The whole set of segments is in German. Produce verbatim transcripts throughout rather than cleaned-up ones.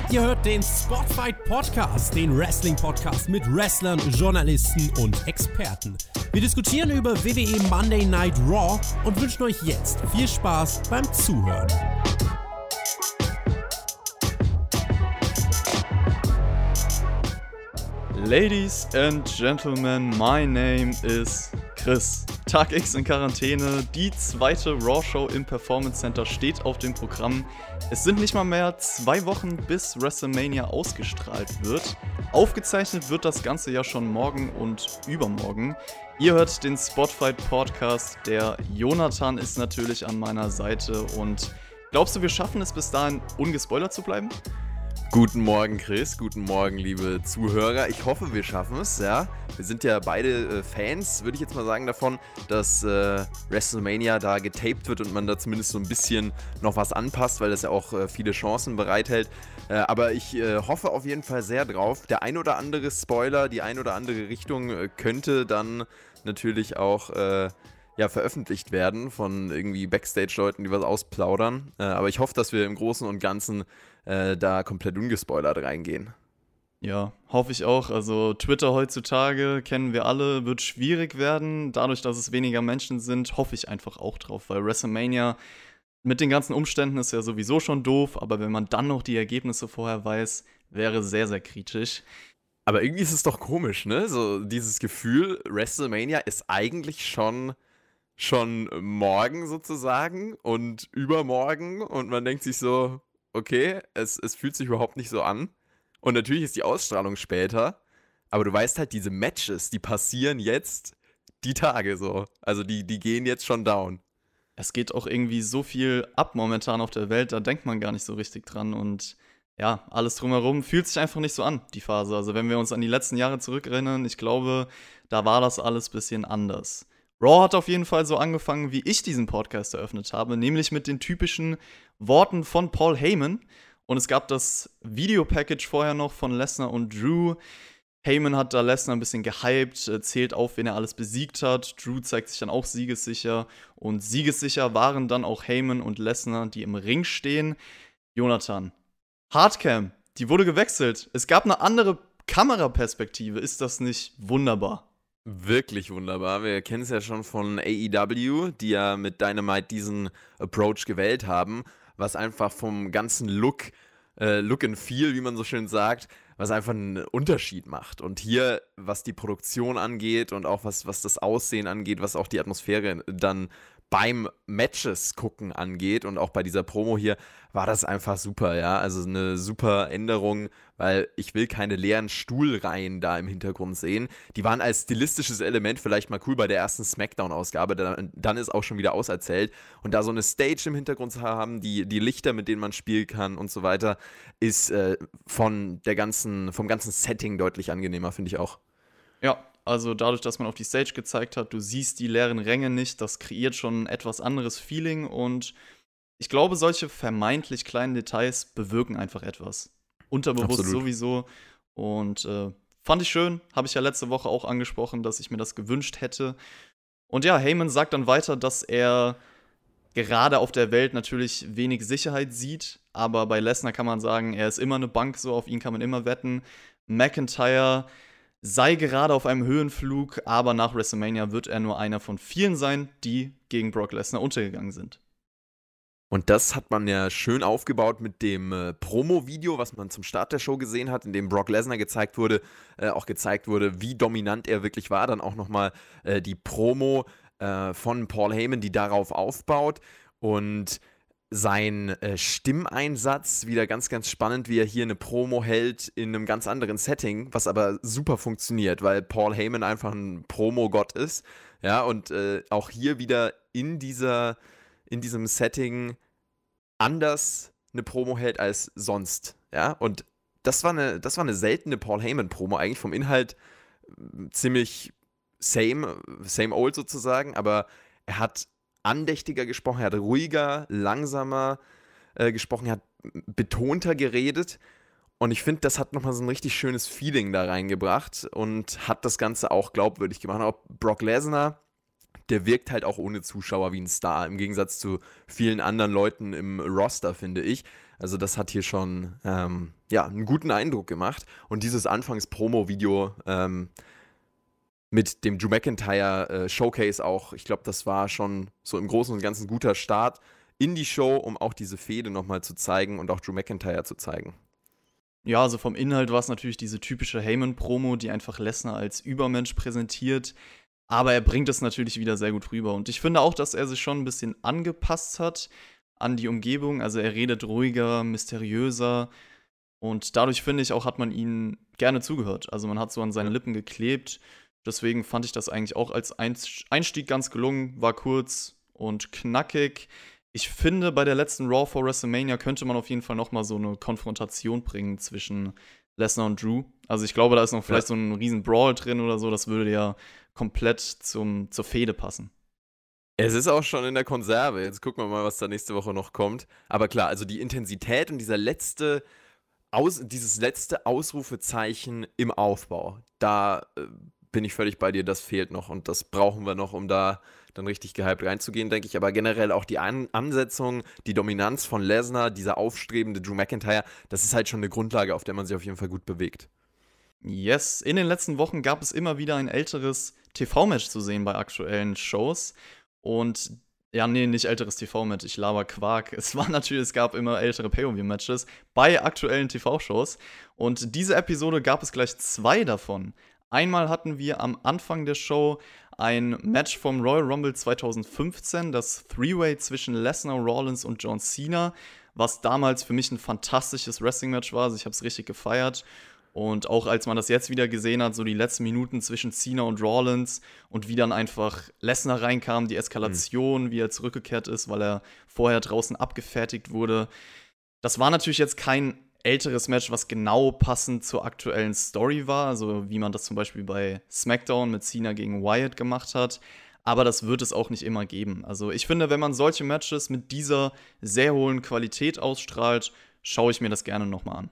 Ihr hört den Spotfight Podcast, den Wrestling-Podcast mit Wrestlern, Journalisten und Experten. Wir diskutieren über W W E Monday Night Raw und wünschen euch jetzt viel Spaß beim Zuhören. Ladies and Gentlemen, my name is Chris. Tag X in Quarantäne, die zweite Raw-Show im Performance Center steht auf dem Programm. Es sind nicht mal mehr zwei Wochen, bis WrestleMania ausgestrahlt wird. Aufgezeichnet wird das Ganze ja schon morgen und übermorgen. Ihr hört den Spotfight Podcast, der Jonathan ist natürlich an meiner Seite. Und glaubst du, wir schaffen es bis dahin, ungespoilert zu bleiben? Guten Morgen, Chris. Guten Morgen, liebe Zuhörer. Ich hoffe, wir schaffen es, ja. Wir sind ja beide äh, Fans, würde ich jetzt mal sagen, davon, dass äh, WrestleMania da getaped wird und man da zumindest so ein bisschen noch was anpasst, weil das ja auch äh, viele Chancen bereithält. Äh, aber ich äh, hoffe auf jeden Fall sehr drauf. Der ein oder andere Spoiler, die ein oder andere Richtung äh, könnte dann natürlich auch äh, ja, veröffentlicht werden von irgendwie Backstage-Leuten, die was ausplaudern. Äh, aber ich hoffe, dass wir im Großen und Ganzen äh, da komplett ungespoilert reingehen. Ja, hoffe ich auch. Also Twitter heutzutage, kennen wir alle, wird schwierig werden. Dadurch, dass es weniger Menschen sind, hoffe ich einfach auch drauf. Weil WrestleMania mit den ganzen Umständen ist ja sowieso schon doof. Aber wenn man dann noch die Ergebnisse vorher weiß, wäre sehr, sehr kritisch. Aber irgendwie ist es doch komisch, ne? So dieses Gefühl, WrestleMania ist eigentlich schon... schon morgen sozusagen und übermorgen und man denkt sich so, okay, es, es fühlt sich überhaupt nicht so an und natürlich ist die Ausstrahlung später, aber du weißt halt, diese Matches, die passieren jetzt die Tage so, also die, die gehen jetzt schon down. Es geht auch irgendwie so viel ab momentan auf der Welt, da denkt man gar nicht so richtig dran und ja, alles drumherum fühlt sich einfach nicht so an, die Phase. Also wenn wir uns an die letzten Jahre zurückerinnern, ich glaube, da war das alles ein bisschen anders. Raw hat auf jeden Fall so angefangen, wie ich diesen Podcast eröffnet habe, nämlich mit den typischen Worten von Paul Heyman. Und es gab das Videopackage vorher noch von Lesnar und Drew. Heyman hat da Lesnar ein bisschen gehypt, zählt auf, wen er alles besiegt hat. Drew zeigt sich dann auch siegessicher. Und siegessicher waren dann auch Heyman und Lesnar, die im Ring stehen. Jonathan, Hardcam, die wurde gewechselt. Es gab eine andere Kameraperspektive. Ist das nicht wunderbar? Wirklich wunderbar. Wir kennen es ja schon von A E W, die ja mit Dynamite diesen Approach gewählt haben, was einfach vom ganzen Look, äh, Look and Feel, wie man so schön sagt, was einfach einen Unterschied macht. Und hier, was die Produktion angeht und auch was, was das Aussehen angeht, was auch die Atmosphäre dann beim Matches gucken angeht und auch bei dieser Promo hier, war das einfach super, ja, also eine super Änderung, weil ich will keine leeren Stuhlreihen da im Hintergrund sehen. Die waren als stilistisches Element vielleicht mal cool bei der ersten Smackdown-Ausgabe, dann, dann ist auch schon wieder auserzählt und da so eine Stage im Hintergrund zu haben, die, die Lichter, mit denen man spielen kann und so weiter, ist äh, von der ganzen, vom ganzen Setting deutlich angenehmer, finde ich auch. Ja, also dadurch, dass man auf die Stage gezeigt hat, du siehst die leeren Ränge nicht, das kreiert schon ein etwas anderes Feeling und ich glaube, solche vermeintlich kleinen Details bewirken einfach etwas. Unterbewusst Absolut. Sowieso und äh, fand ich schön, habe ich ja letzte Woche auch angesprochen, dass ich mir das gewünscht hätte. Und ja, Heyman sagt dann weiter, dass er gerade auf der Welt natürlich wenig Sicherheit sieht, aber bei Lesnar kann man sagen, er ist immer eine Bank, so auf ihn kann man immer wetten. McIntyre sei gerade auf einem Höhenflug, aber nach WrestleMania wird er nur einer von vielen sein, die gegen Brock Lesnar untergegangen sind. Und das hat man ja schön aufgebaut mit dem äh, Promo-Video, was man zum Start der Show gesehen hat, in dem Brock Lesnar gezeigt wurde, äh, auch gezeigt wurde, wie dominant er wirklich war. Dann auch nochmal äh, die Promo äh, von Paul Heyman, die darauf aufbaut. Und sein äh, Stimmeinsatz, wieder ganz, ganz spannend, wie er hier eine Promo hält in einem ganz anderen Setting, was aber super funktioniert, weil Paul Heyman einfach ein Promo-Gott ist. Ja, und äh, auch hier wieder in dieser in diesem Setting anders eine Promo hält als sonst, ja, und das war eine, das war eine seltene Paul Heyman-Promo, eigentlich vom Inhalt ziemlich same, same old sozusagen, aber er hat andächtiger gesprochen, er hat ruhiger, langsamer äh, gesprochen, er hat betonter geredet und ich finde, das hat nochmal so ein richtig schönes Feeling da reingebracht und hat das Ganze auch glaubwürdig gemacht. Auch Brock Lesnar, der wirkt halt auch ohne Zuschauer wie ein Star, im Gegensatz zu vielen anderen Leuten im Roster, finde ich. Also das hat hier schon, ähm, ja, einen guten Eindruck gemacht. Und dieses Anfangs-Promo-Video ähm, mit dem Drew McIntyre äh, Showcase auch, ich glaube, das war schon so im Großen und Ganzen ein guter Start in die Show, um auch diese Fehde nochmal zu zeigen und auch Drew McIntyre zu zeigen. Ja, also vom Inhalt war es natürlich diese typische Heyman-Promo, die einfach Lesnar als Übermensch präsentiert. Aber er bringt es natürlich wieder sehr gut rüber. Und ich finde auch, dass er sich schon ein bisschen angepasst hat an die Umgebung. Also er redet ruhiger, mysteriöser. Und dadurch, finde ich, auch hat man ihn gerne zugehört. Also man hat so an seinen Lippen geklebt. Deswegen fand ich das eigentlich auch als Einstieg ganz gelungen. War kurz und knackig. Ich finde, bei der letzten Raw vor WrestleMania könnte man auf jeden Fall noch mal so eine Konfrontation bringen zwischen Lesnar und Drew. Also ich glaube, da ist noch vielleicht ja. so ein riesen Brawl drin oder so. Das würde ja komplett zum, zur Fehde passen. Es ist auch schon in der Konserve. Jetzt gucken wir mal, was da nächste Woche noch kommt. Aber klar, also die Intensität und dieser letzte Aus, dieses letzte Ausrufezeichen im Aufbau, da äh, bin ich völlig bei dir, das fehlt noch und das brauchen wir noch, um da dann richtig gehypt reinzugehen, denke ich. Aber generell auch die An- Ansetzung, die Dominanz von Lesnar, dieser aufstrebende Drew McIntyre, das ist halt schon eine Grundlage, auf der man sich auf jeden Fall gut bewegt. Yes, in den letzten Wochen gab es immer wieder ein älteres T V-Match zu sehen bei aktuellen Shows. Und ja, nee, nicht älteres T V-Match, ich laber Quark. Es war natürlich, es gab immer ältere Pay-Per-View-Matches bei aktuellen T V-Shows. Und diese Episode gab es gleich zwei davon. Einmal hatten wir am Anfang der Show ein Match vom Royal Rumble zwanzig fünfzehn, das Three-Way zwischen Lesnar, Rollins und John Cena, was damals für mich ein fantastisches Wrestling-Match war. Also ich habe es richtig gefeiert. Und auch als man das jetzt wieder gesehen hat, so die letzten Minuten zwischen Cena und Rollins und wie dann einfach Lesnar reinkam, die Eskalation, mhm. wie er zurückgekehrt ist, weil er vorher draußen abgefertigt wurde. Das war natürlich jetzt kein älteres Match, was genau passend zur aktuellen Story war, also wie man das zum Beispiel bei SmackDown mit Cena gegen Wyatt gemacht hat. Aber das wird es auch nicht immer geben. Also ich finde, wenn man solche Matches mit dieser sehr hohen Qualität ausstrahlt, schaue ich mir das gerne nochmal an.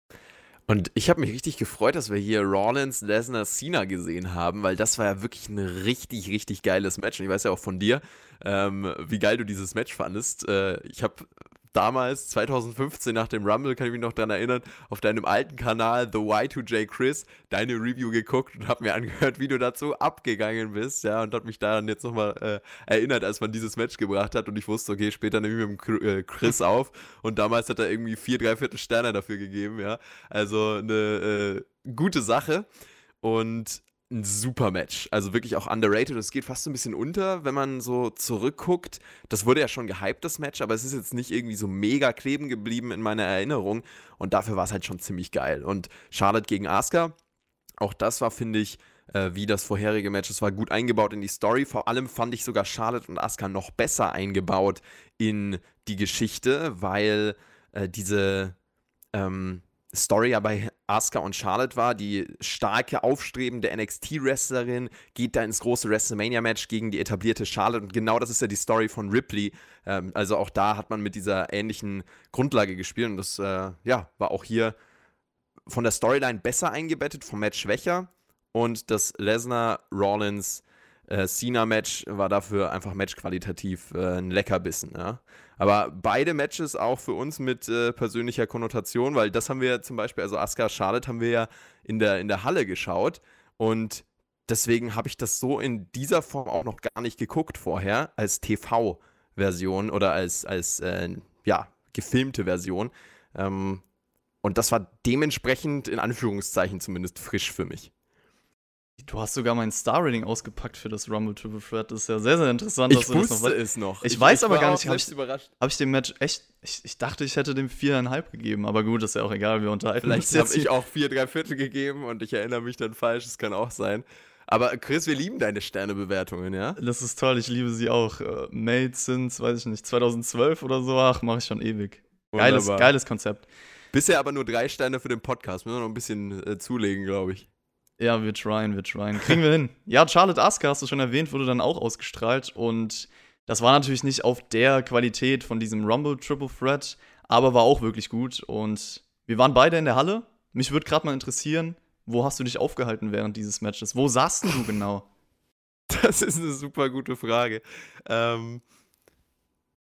Und ich habe mich richtig gefreut, dass wir hier Rollins, Lesnar, Cena gesehen haben, weil das war ja wirklich ein richtig, richtig geiles Match. Und ich weiß ja auch von dir, ähm, wie geil du dieses Match fandest. Äh, ich habe damals, zwanzig fünfzehn, nach dem Rumble, kann ich mich noch daran erinnern, auf deinem alten Kanal The Y zwei J Chris deine Review geguckt und habe mir angehört, wie du dazu abgegangen bist, ja, und hat mich daran jetzt nochmal äh, erinnert, als man dieses Match gebracht hat und ich wusste, okay, später nehme ich mit dem Chris auf und damals hat er irgendwie vier, dreiviertel Sterne dafür gegeben, ja, also eine äh, gute Sache und ein super Match, also wirklich auch underrated. Es geht fast so ein bisschen unter, wenn man so zurückguckt. Das wurde ja schon gehypt, das Match, aber es ist jetzt nicht irgendwie so mega kleben geblieben in meiner Erinnerung und dafür war es halt schon ziemlich geil. Und Charlotte gegen Asuka, auch das war, finde ich, äh, wie das vorherige Match, es war gut eingebaut in die Story. Vor allem fand ich sogar Charlotte und Asuka noch besser eingebaut in die Geschichte, weil äh, diese ähm, Story ja bei Asuka und Charlotte war, die starke, aufstrebende N X T-Wrestlerin geht da ins große WrestleMania-Match gegen die etablierte Charlotte und genau das ist ja die Story von Ripley, ähm, also auch da hat man mit dieser ähnlichen Grundlage gespielt und das äh, ja, war auch hier von der Storyline besser eingebettet, vom Match schwächer und das Lesnar-Rollins äh, Cena-Match war dafür einfach matchqualitativ äh, ein Leckerbissen, ja. Aber beide Matches auch für uns mit äh, persönlicher Konnotation, weil das haben wir zum Beispiel, also Asuka Charlotte haben wir ja in der, in der Halle geschaut und deswegen habe ich das so in dieser Form auch noch gar nicht geguckt vorher, als T V-Version oder als, als äh, ja, gefilmte Version. Ähm, und das war dementsprechend, in Anführungszeichen zumindest, frisch für mich. Du hast sogar mein Star-Rating ausgepackt für das Rumble Triple Threat. Das ist ja sehr, sehr interessant, ich dass du das noch wusste es noch. Ich, ich weiß ich aber gar nicht, habe ich, hab ich dem Match echt, ich, ich dachte, ich hätte dem vier Komma fünf gegeben, aber gut, ist ja auch egal, wir unterhalten uns jetzt. Vielleicht habe ich auch vier, drei Viertel gegeben und ich erinnere mich dann falsch, das kann auch sein. Aber Chris, wir lieben deine Sternebewertungen, ja? Das ist toll, ich liebe sie auch. Uh, Made since, weiß ich nicht, zwanzig zwölf oder so, ach, mache ich schon ewig. Geiles, geiles Konzept. Bisher aber nur drei Sterne für den Podcast, müssen wir noch ein bisschen äh, zulegen, glaube ich. Ja, wir tryen, wir tryen. Kriegen wir hin. Ja, Charlotte Asuka, hast du schon erwähnt, wurde dann auch ausgestrahlt. Und das war natürlich nicht auf der Qualität von diesem Rumble Triple Threat, aber war auch wirklich gut. Und wir waren beide in der Halle. Mich würde gerade mal interessieren, wo hast du dich aufgehalten während dieses Matches? Wo saßt du genau? Das ist eine super gute Frage. Ähm,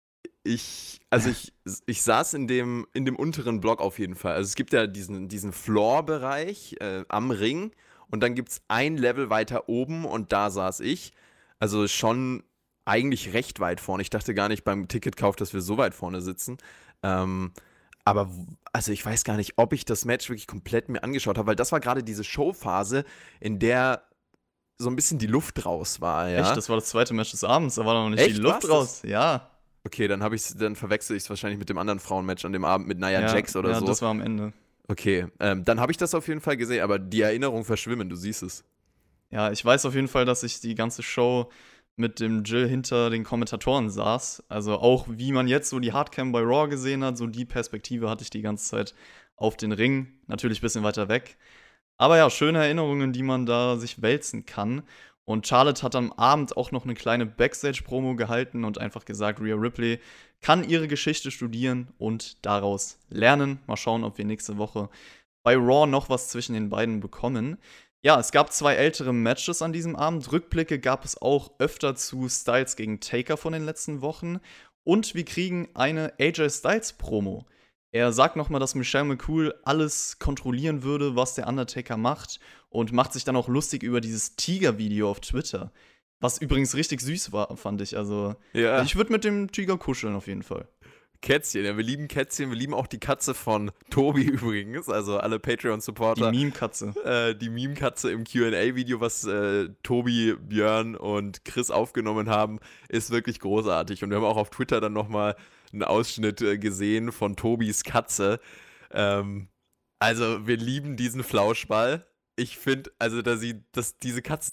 Ich, also ich, ich saß in dem, in dem unteren Block auf jeden Fall. Also es gibt ja diesen, diesen Floor-Bereich äh, am Ring und dann gibt es ein Level weiter oben und da saß ich. Also schon eigentlich recht weit vorne. Ich dachte gar nicht beim Ticketkauf, dass wir so weit vorne sitzen. Ähm, aber w- also ich weiß gar nicht, ob ich das Match wirklich komplett mir angeschaut habe, weil das war gerade diese Showphase, in der so ein bisschen die Luft raus war, ja. Echt, das war das zweite Match des Abends, da war noch nicht Echt? die War's Luft raus. Ja. Okay, dann habe ich dann verwechsel ich es wahrscheinlich mit dem anderen Frauenmatch an dem Abend mit Nia ja, Jax oder ja, so. das war am Ende. Okay, ähm, dann habe ich das auf jeden Fall gesehen, aber die Erinnerungen verschwimmen, du siehst es. Ja, ich weiß auf jeden Fall, dass ich die ganze Show mit dem Jill hinter den Kommentatoren saß. Also auch wie man jetzt so die Hardcam bei Raw gesehen hat, so die Perspektive hatte ich die ganze Zeit auf den Ring. Natürlich ein bisschen weiter weg. Aber ja, schöne Erinnerungen, die man da sich wälzen kann. Und Charlotte hat am Abend auch noch eine kleine Backstage-Promo gehalten und einfach gesagt, Rhea Ripley kann ihre Geschichte studieren und daraus lernen. Mal schauen, ob wir nächste Woche bei Raw noch was zwischen den beiden bekommen. Ja, es gab zwei ältere Matches an diesem Abend. Rückblicke gab es auch öfter zu Styles gegen Taker von den letzten Wochen. Und wir kriegen eine A J Styles-Promo. Er sagt nochmal, dass Michelle McCool alles kontrollieren würde, was der Undertaker macht. Und macht sich dann auch lustig über dieses Tiger-Video auf Twitter. Was übrigens richtig süß war, fand ich. Also, Ja. ich würde mit dem Tiger kuscheln auf jeden Fall. Kätzchen, ja, wir lieben Kätzchen, wir lieben auch die Katze von Tobi übrigens, also alle Die Patreon-Supporter. Meme-Katze. Äh, die Meme-Katze im Q and A-Video, was äh, Tobi, Björn und Chris aufgenommen haben, ist wirklich großartig. Und wir haben auch auf Twitter dann nochmal einen Ausschnitt äh, gesehen von Tobis Katze. Ähm, also, wir lieben diesen Flauschball. Ich finde, also, da sieht, dass diese Katze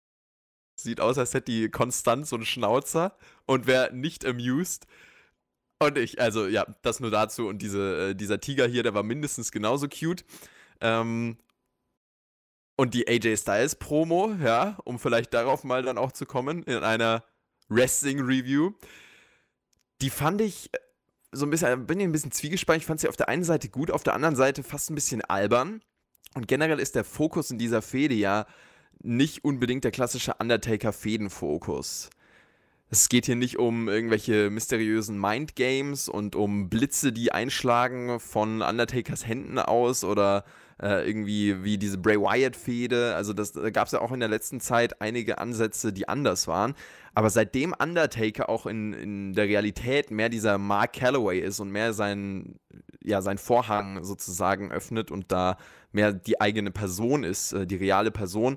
sieht aus, als hätte die konstant so einen Schnauzer und wäre nicht amused. Und ich, also ja, das nur dazu. Und diese, äh, dieser Tiger hier, der war mindestens genauso cute. Ähm, und die A J Styles Promo, ja, um vielleicht darauf mal dann auch zu kommen, in einer Wrestling-Review, die fand ich äh, so ein bisschen, bin ich ein bisschen zwiegespalten. Ich fand sie auf der einen Seite gut, auf der anderen Seite fast ein bisschen albern. Und generell ist der Fokus in dieser Fehde ja nicht unbedingt der klassische Undertaker-Fädenfokus. Es geht hier nicht um irgendwelche mysteriösen Mindgames und um Blitze, die einschlagen von Undertakers Händen aus oder äh, irgendwie wie diese Bray Wyatt-Fehde. Also das, da gab es ja auch in der letzten Zeit einige Ansätze, die anders waren. Aber seitdem Undertaker auch in, in der Realität mehr dieser Mark Calloway ist und mehr sein, ja, sein Vorhang sozusagen öffnet und da mehr die eigene Person ist, äh, die reale Person,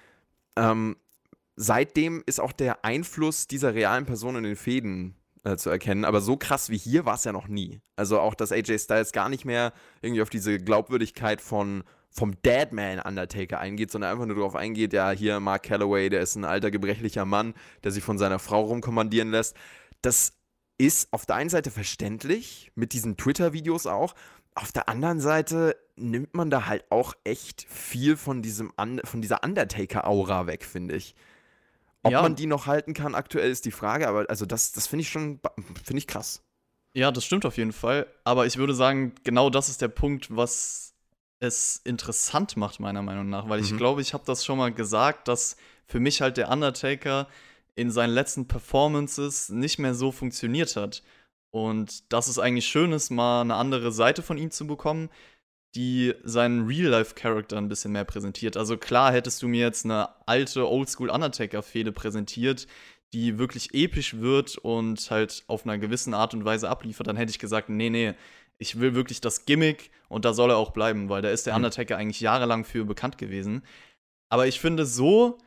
ähm, seitdem ist auch der Einfluss dieser realen Person in den Fäden äh, zu erkennen. Aber so krass wie hier war es ja noch nie. Also auch, dass A J Styles gar nicht mehr irgendwie auf diese Glaubwürdigkeit von, vom Deadman Undertaker eingeht, sondern einfach nur darauf eingeht, ja, hier Mark Calloway, der ist ein alter, gebrechlicher Mann, der sich von seiner Frau rumkommandieren lässt. Das ist auf der einen Seite verständlich, mit diesen Twitter-Videos auch. Auf der anderen Seite nimmt man da halt auch echt viel von, diesem Un- von dieser Undertaker-Aura weg, finde ich. Ob Ja. man die noch halten kann, aktuell ist die Frage, aber also das, das finde ich schon, finde ich krass. Ja, das stimmt auf jeden Fall. Aber ich würde sagen, genau das ist der Punkt, was es interessant macht, meiner Meinung nach. Weil ich Mhm. glaube, ich habe das schon mal gesagt, dass für mich halt der Undertaker in seinen letzten Performances nicht mehr so funktioniert hat. Und dass es eigentlich schön ist, mal eine andere Seite von ihm zu bekommen, die seinen Real-Life-Charakter ein bisschen mehr präsentiert. Also klar, hättest du mir jetzt eine alte Oldschool-Undertaker-Fehde präsentiert, die wirklich episch wird und halt auf einer gewissen Art und Weise abliefert, dann hätte ich gesagt, nee, nee, ich will wirklich das Gimmick und da soll er auch bleiben, weil da ist der Mhm. Undertaker eigentlich jahrelang für bekannt gewesen. Aber ich finde so,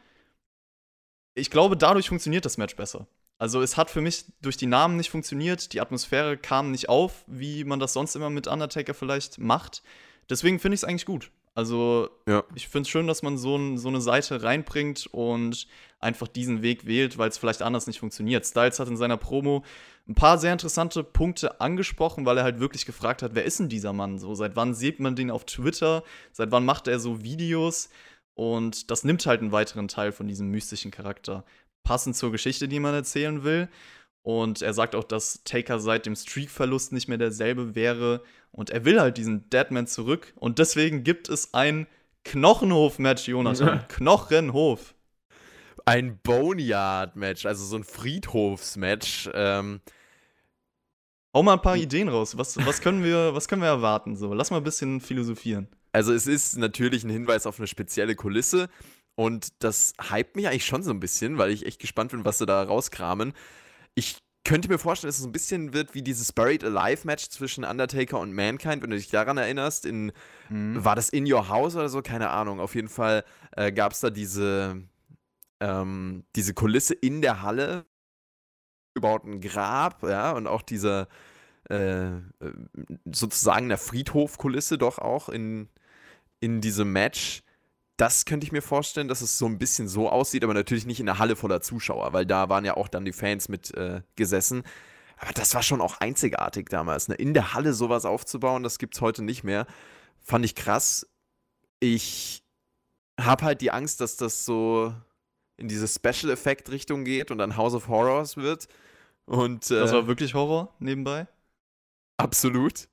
ich glaube, dadurch funktioniert das Match besser. Also es hat für mich durch die Namen nicht funktioniert, die Atmosphäre kam nicht auf, wie man das sonst immer mit Undertaker vielleicht macht. Deswegen finde ich es eigentlich gut. Also Ja. ich finde es schön, dass man so, ein, so eine Seite reinbringt und einfach diesen Weg wählt, weil es vielleicht anders nicht funktioniert. Styles hat in seiner Promo ein paar sehr interessante Punkte angesprochen, weil er halt wirklich gefragt hat, wer ist denn dieser Mann? So, seit wann sieht man den auf Twitter? Seit wann macht er so Videos? Und das nimmt halt einen weiteren Teil von diesem mystischen Charakter. Passend zur Geschichte, die man erzählen will. Und er sagt auch, dass Taker seit dem Streak-Verlust nicht mehr derselbe wäre. Und er will halt diesen Deadman zurück. Und deswegen gibt es ein Knochenhof-Match, Jonathan. Knochenhof. Ein Boneyard-Match, also so ein Friedhofsmatch. Ähm, Hau mal ein paar Ideen raus. Was, was, können wir, was können wir erwarten? So, lass mal ein bisschen philosophieren. Also es ist natürlich ein Hinweis auf eine spezielle Kulisse und das hypt mich eigentlich schon so ein bisschen, weil ich echt gespannt bin, was sie da rauskramen. Ich könnte mir vorstellen, dass es so ein bisschen wird wie dieses Buried Alive Match zwischen Undertaker und Mankind, wenn du dich daran erinnerst. In, Mhm. war das In Your House oder so? Keine Ahnung. Auf jeden Fall äh, gab es da diese, ähm, diese Kulisse in der Halle, gebauten Grab, ja, und auch dieser äh, äh, sozusagen einer Friedhofkulisse doch auch in, in diesem Match. Das könnte ich mir vorstellen, dass es so ein bisschen so aussieht, aber natürlich nicht in der Halle voller Zuschauer, weil da waren ja auch dann die Fans mit äh, gesessen. Aber das war schon auch einzigartig damals, ne? In der Halle sowas aufzubauen, das gibt's heute nicht mehr. Fand ich krass. Ich habe halt die Angst, dass das so in diese Special-Effekt-Richtung geht und dann House of Horrors wird. Und, äh, Das war wirklich Horror nebenbei. absolut.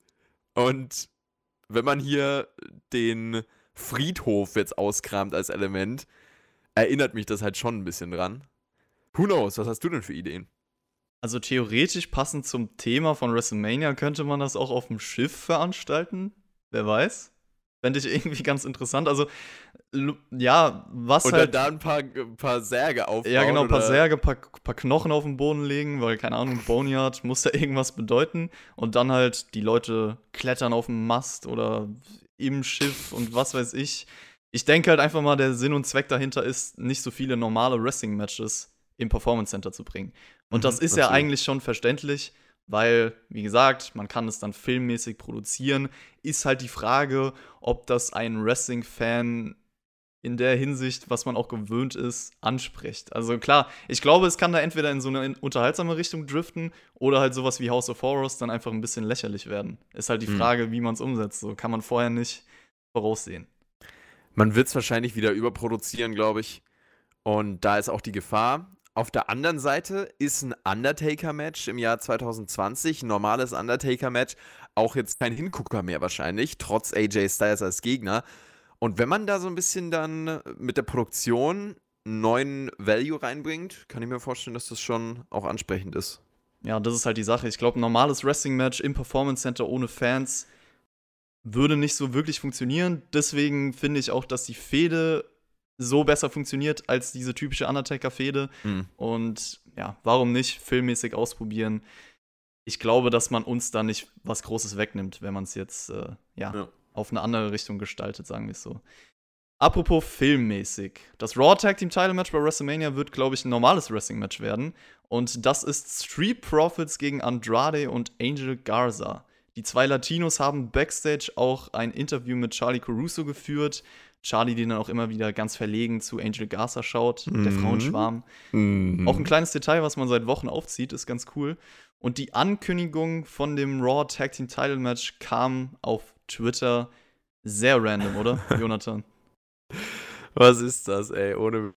Und wenn man hier den Friedhof jetzt auskramt als Element, erinnert mich das halt schon ein bisschen dran. Who knows, was hast du denn für Ideen? Also theoretisch passend zum Thema von WrestleMania könnte man das auch auf dem Schiff veranstalten. Wer weiß. Fände ich irgendwie ganz interessant. Also, lu- ja, was Und halt. dann da ein paar, ein paar Särge aufbauen. Ja, genau, ein paar oder? Särge, ein paar, paar Knochen auf den Boden legen, weil, keine Ahnung, Boneyard muss ja irgendwas bedeuten. Und dann halt die Leute klettern auf dem Mast oder im Schiff und was weiß ich. Ich denke halt einfach mal, der Sinn und Zweck dahinter ist, nicht so viele normale Wrestling-Matches im Performance Center zu bringen. Und Mhm, das ist ja absolut. eigentlich schon verständlich, weil, wie gesagt, man kann es dann filmmäßig produzieren. Ist halt die Frage, ob das ein Wrestling-Fan in der Hinsicht, was man auch gewöhnt ist, anspricht. Also klar, ich glaube, es kann da entweder in so eine unterhaltsame Richtung driften oder halt sowas wie House of Horrors dann einfach ein bisschen lächerlich werden. Ist halt die Hm. Frage, wie man es umsetzt. So kann man vorher nicht voraussehen. Man wird es wahrscheinlich wieder überproduzieren, glaube ich. Und da ist auch die Gefahr. Auf der anderen Seite ist ein Undertaker-Match im Jahr zwanzig zwanzig, ein normales Undertaker-Match, auch jetzt kein Hingucker mehr wahrscheinlich, trotz A J Styles als Gegner. Und wenn man da so ein bisschen dann mit der Produktion einen neuen Value reinbringt, kann ich mir vorstellen, dass das schon auch ansprechend ist. Ja, das ist halt die Sache. Ich glaube, ein normales Wrestling-Match im Performance Center ohne Fans würde nicht so wirklich funktionieren. Deswegen finde ich auch, dass die Fehde so besser funktioniert als diese typische Undertaker-Fehde. Mhm. Und ja, warum nicht filmmäßig ausprobieren? Ich glaube, dass man uns da nicht was Großes wegnimmt, wenn man es jetzt äh, ja, Ja. auf eine andere Richtung gestaltet, sagen wir es so. Apropos filmmäßig. Das Raw Tag Team Title Match bei WrestleMania wird, glaube ich, ein normales Wrestling-Match werden. Und das ist Street Profits gegen Andrade und Angel Garza. Die zwei Latinos haben backstage auch ein Interview mit Charlie Caruso geführt. Charlie, den dann auch immer wieder ganz verlegen zu Angel Garza schaut, der Mhm. Frauenschwarm. Mhm. Auch ein kleines Detail, was man seit Wochen aufzieht, ist ganz cool. Und die Ankündigung von dem Raw Tag Team Title Match kam auf Twitter sehr random, oder, Jonathan? Was ist das, ey? Ohne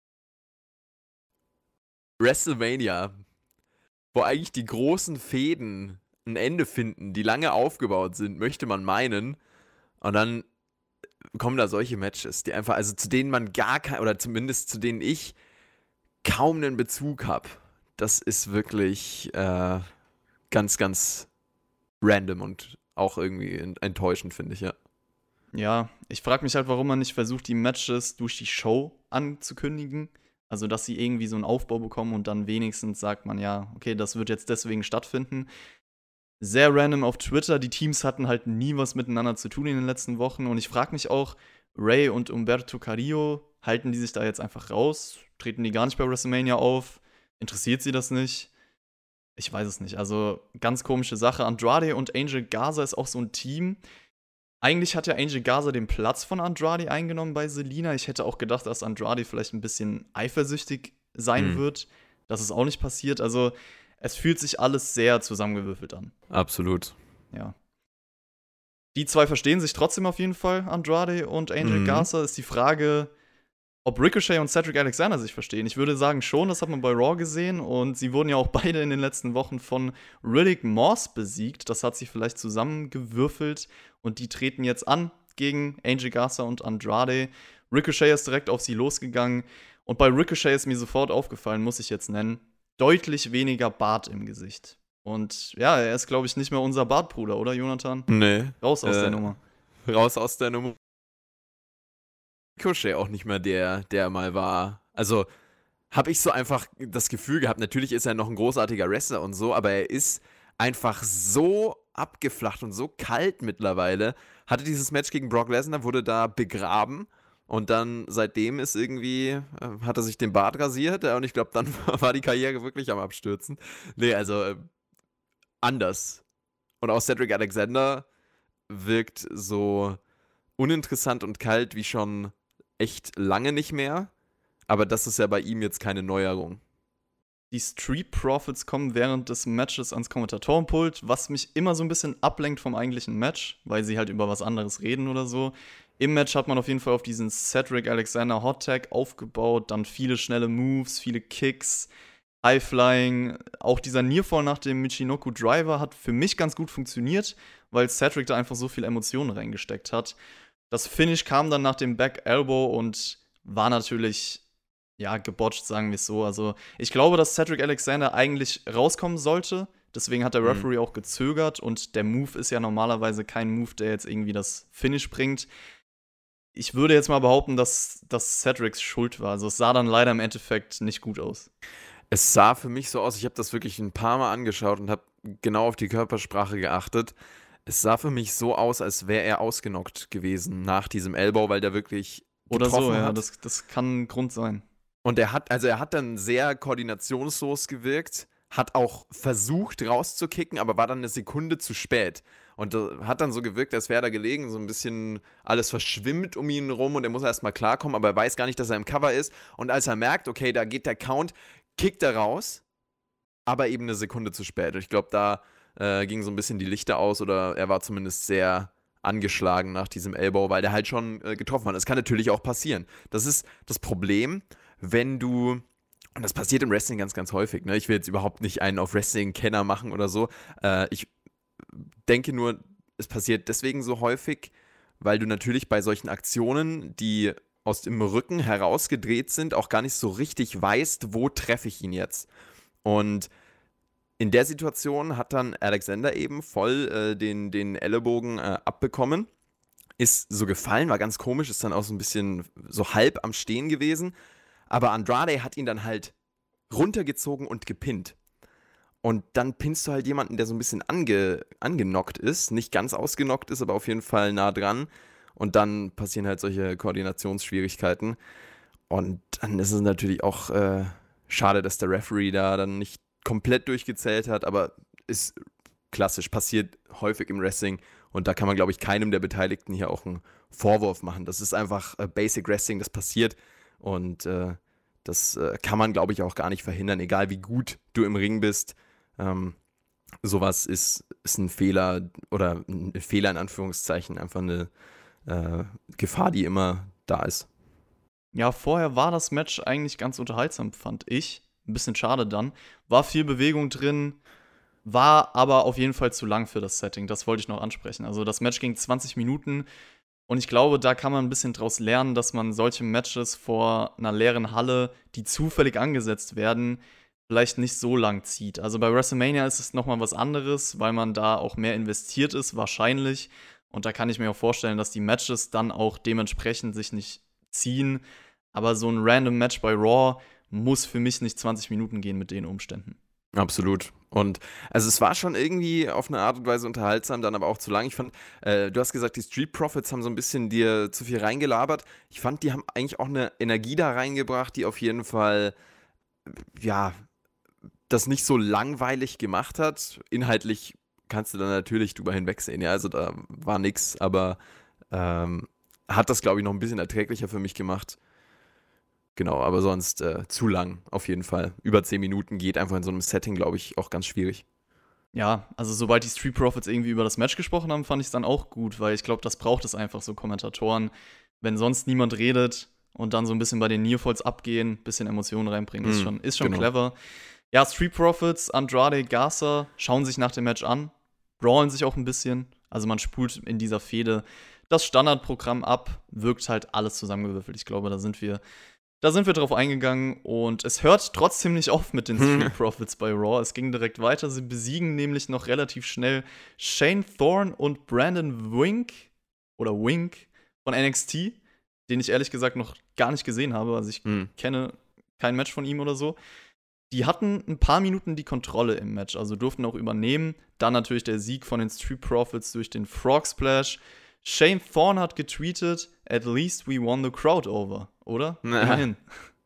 WrestleMania, wo eigentlich die großen Fäden ein Ende finden, die lange aufgebaut sind, möchte man meinen. Und dann kommen da solche Matches, die einfach, also zu denen man gar kein, oder zumindest zu denen ich kaum einen Bezug habe. Das ist wirklich äh, ganz, ganz random und auch irgendwie ent- enttäuschend, finde ich, ja. Ja, ich frage mich halt, warum man nicht versucht, die Matches durch die Show anzukündigen. Also, dass sie irgendwie so einen Aufbau bekommen und dann wenigstens sagt man, ja, okay, das wird jetzt deswegen stattfinden. Sehr random auf Twitter. Die Teams hatten halt nie was miteinander zu tun in den letzten Wochen. Und ich frage mich auch, Ray und Humberto Carrillo, halten die sich da jetzt einfach raus? Treten die gar nicht bei WrestleMania auf? Interessiert sie das nicht? Ich weiß es nicht. Also, ganz komische Sache. Andrade und Angel Garza ist auch so ein Team. Eigentlich hat ja Angel Garza den Platz von Andrade eingenommen bei Selina. Ich hätte auch gedacht, dass Andrade vielleicht ein bisschen eifersüchtig sein Mhm. wird. Das ist auch nicht passiert. Also, es fühlt sich alles sehr zusammengewürfelt an. Absolut. Ja. Die zwei verstehen sich trotzdem auf jeden Fall, Andrade und Angel Mhm. Garza. Ist die Frage, ob Ricochet und Cedric Alexander sich verstehen. Ich würde sagen schon, das hat man bei Raw gesehen. Und sie wurden ja auch beide in den letzten Wochen von Riddick Moss besiegt. Das hat sich vielleicht zusammengewürfelt. Und die treten jetzt an gegen Angel Garza und Andrade. Ricochet ist direkt auf sie losgegangen. Und bei Ricochet ist mir sofort aufgefallen, muss ich jetzt nennen, deutlich weniger Bart im Gesicht. Und ja, er ist, glaube ich, nicht mehr unser Bartbruder, oder, Jonathan? Nee. Raus aus äh, der Nummer. Raus aus der Nummer. Ricochet auch nicht mehr der, der er mal war. Also habe ich so einfach das Gefühl gehabt, natürlich ist er noch ein großartiger Wrestler und so, aber er ist einfach so abgeflacht und so kalt mittlerweile. Hatte dieses Match gegen Brock Lesnar, wurde da begraben und dann seitdem ist irgendwie, äh, hat er sich den Bart rasiert äh, und ich glaube, dann war die Karriere wirklich am Abstürzen. Nee, also äh, anders. Und auch Cedric Alexander wirkt so uninteressant und kalt wie schon echt lange nicht mehr. Aber das ist ja bei ihm jetzt keine Neuerung. Die Street Profits kommen während des Matches ans Kommentatorenpult, was mich immer so ein bisschen ablenkt vom eigentlichen Match, weil sie halt über was anderes reden oder so. Im Match hat man auf jeden Fall auf diesen Cedric Alexander Hot Tag aufgebaut, dann viele schnelle Moves, viele Kicks, High-Flying. Auch dieser Nearfall nach dem Michinoku Driver hat für mich ganz gut funktioniert, weil Cedric da einfach so viel Emotionen reingesteckt hat. Das Finish kam dann nach dem Back Elbow und war natürlich, ja, gebotcht, sagen wir es so. Also ich glaube, dass Cedric Alexander eigentlich rauskommen sollte. Deswegen hat der Referee mhm. auch gezögert. Und der Move ist ja normalerweise kein Move, der jetzt irgendwie das Finish bringt. Ich würde jetzt mal behaupten, dass das Cedrics Schuld war. Also es sah dann leider im Endeffekt nicht gut aus. Es sah für mich so aus, ich habe das wirklich ein paar Mal angeschaut und habe genau auf die Körpersprache geachtet. Es sah für mich so aus, als wäre er ausgenockt gewesen nach diesem Elbow, weil der wirklich Oder getroffen so, ja, hat. das, das kann ein Grund sein. Und er hat, also er hat dann sehr koordinationslos gewirkt, hat auch versucht rauszukicken, aber war dann eine Sekunde zu spät. Und äh, hat dann so gewirkt, als wäre er da gelegen, so ein bisschen alles verschwimmt um ihn rum und er muss erstmal klarkommen, aber er weiß gar nicht, dass er im Cover ist. Und als er merkt, okay, da geht der Count, kickt er raus, aber eben eine Sekunde zu spät. Und ich glaube, da äh, ging so ein bisschen die Lichter aus oder er war zumindest sehr angeschlagen nach diesem Elbow, weil der halt schon äh, getroffen hat. Das kann natürlich auch passieren. Das ist das Problem, wenn du, und das passiert im Wrestling ganz, ganz häufig, ne? Ich will jetzt überhaupt nicht einen auf Wrestling-Kenner machen oder so. Äh, ich denke nur, es passiert deswegen so häufig, weil du natürlich bei solchen Aktionen, die aus dem Rücken herausgedreht sind, auch gar nicht so richtig weißt, wo treffe ich ihn jetzt. Und in der Situation hat dann Alexander eben voll äh, den, den Ellenbogen äh, abbekommen, ist so gefallen, war ganz komisch, ist dann auch so ein bisschen so halb am Stehen gewesen, aber Andrade hat ihn dann halt runtergezogen und gepinnt. Und dann pinnst du halt jemanden, der so ein bisschen ange, angenockt ist, nicht ganz ausgenockt ist, aber auf jeden Fall nah dran. Und dann passieren halt solche Koordinationsschwierigkeiten. Und dann ist es natürlich auch äh, schade, dass der Referee da dann nicht komplett durchgezählt hat, aber ist klassisch, passiert häufig im Wrestling. Und da kann man, glaube ich, keinem der Beteiligten hier auch einen Vorwurf machen. Das ist einfach äh, Basic Wrestling, das passiert. Und äh, das äh, kann man, glaube ich, auch gar nicht verhindern, egal wie gut du im Ring bist. Ähm, sowas ist, ist ein Fehler oder ein Fehler in Anführungszeichen, einfach eine äh, Gefahr, die immer da ist. Ja, vorher war das Match eigentlich ganz unterhaltsam, fand ich. Ein bisschen schade dann. War viel Bewegung drin, war aber auf jeden Fall zu lang für das Setting. Das wollte ich noch ansprechen. Also das Match ging zwanzig Minuten und ich glaube, da kann man ein bisschen draus lernen, dass man solche Matches vor einer leeren Halle, die zufällig angesetzt werden, vielleicht nicht so lang zieht. Also bei WrestleMania ist es nochmal was anderes, weil man da auch mehr investiert ist, wahrscheinlich. Und da kann ich mir auch vorstellen, dass die Matches dann auch dementsprechend sich nicht ziehen. Aber so ein random Match bei Raw muss für mich nicht zwanzig Minuten gehen mit den Umständen. Absolut. Und also es war schon irgendwie auf eine Art und Weise unterhaltsam, dann aber auch zu lang. Ich fand, äh, du hast gesagt, die Street Profits haben so ein bisschen dir zu viel reingelabert. Ich fand, die haben eigentlich auch eine Energie da reingebracht, die auf jeden Fall, ja, das nicht so langweilig gemacht hat. Inhaltlich kannst du da natürlich drüber hinwegsehen. Ja, also da war nix, aber ähm, hat das, glaube ich, noch ein bisschen erträglicher für mich gemacht. Genau, aber sonst äh, zu lang auf jeden Fall. Über zehn Minuten geht einfach in so einem Setting, glaube ich, auch ganz schwierig. Ja, also sobald die Street Profits irgendwie über das Match gesprochen haben, fand ich es dann auch gut, weil ich glaube, das braucht es einfach, so Kommentatoren. Wenn sonst niemand redet und dann so ein bisschen bei den Nearfalls abgehen, bisschen Emotionen reinbringen, ist Mhm, schon, ist schon genau. clever. Ja, Street Profits, Andrade, Garza schauen sich nach dem Match an, brawlen sich auch ein bisschen. Also man spult in dieser Fehde das Standardprogramm ab, wirkt halt alles zusammengewürfelt. Ich glaube, da sind wir Da sind wir drauf eingegangen und es hört trotzdem nicht auf mit den Street Profits bei Raw. Es ging direkt weiter. Sie besiegen nämlich noch relativ schnell Shane Thorne und Brandon Wink oder Wink von N X T, den ich ehrlich gesagt noch gar nicht gesehen habe. Also ich Hm. kenne kein Match von ihm oder so. Die hatten ein paar Minuten die Kontrolle im Match, also durften auch übernehmen. Dann natürlich der Sieg von den Street Profits durch den Frog Splash. Shane Thorne hat getweetet, at least we won the crowd over, oder? Na. Immerhin.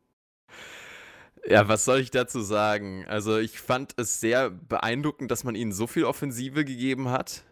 Ja, was soll ich dazu sagen? Also ich fand es sehr beeindruckend, dass man ihnen so viel Offensive gegeben hat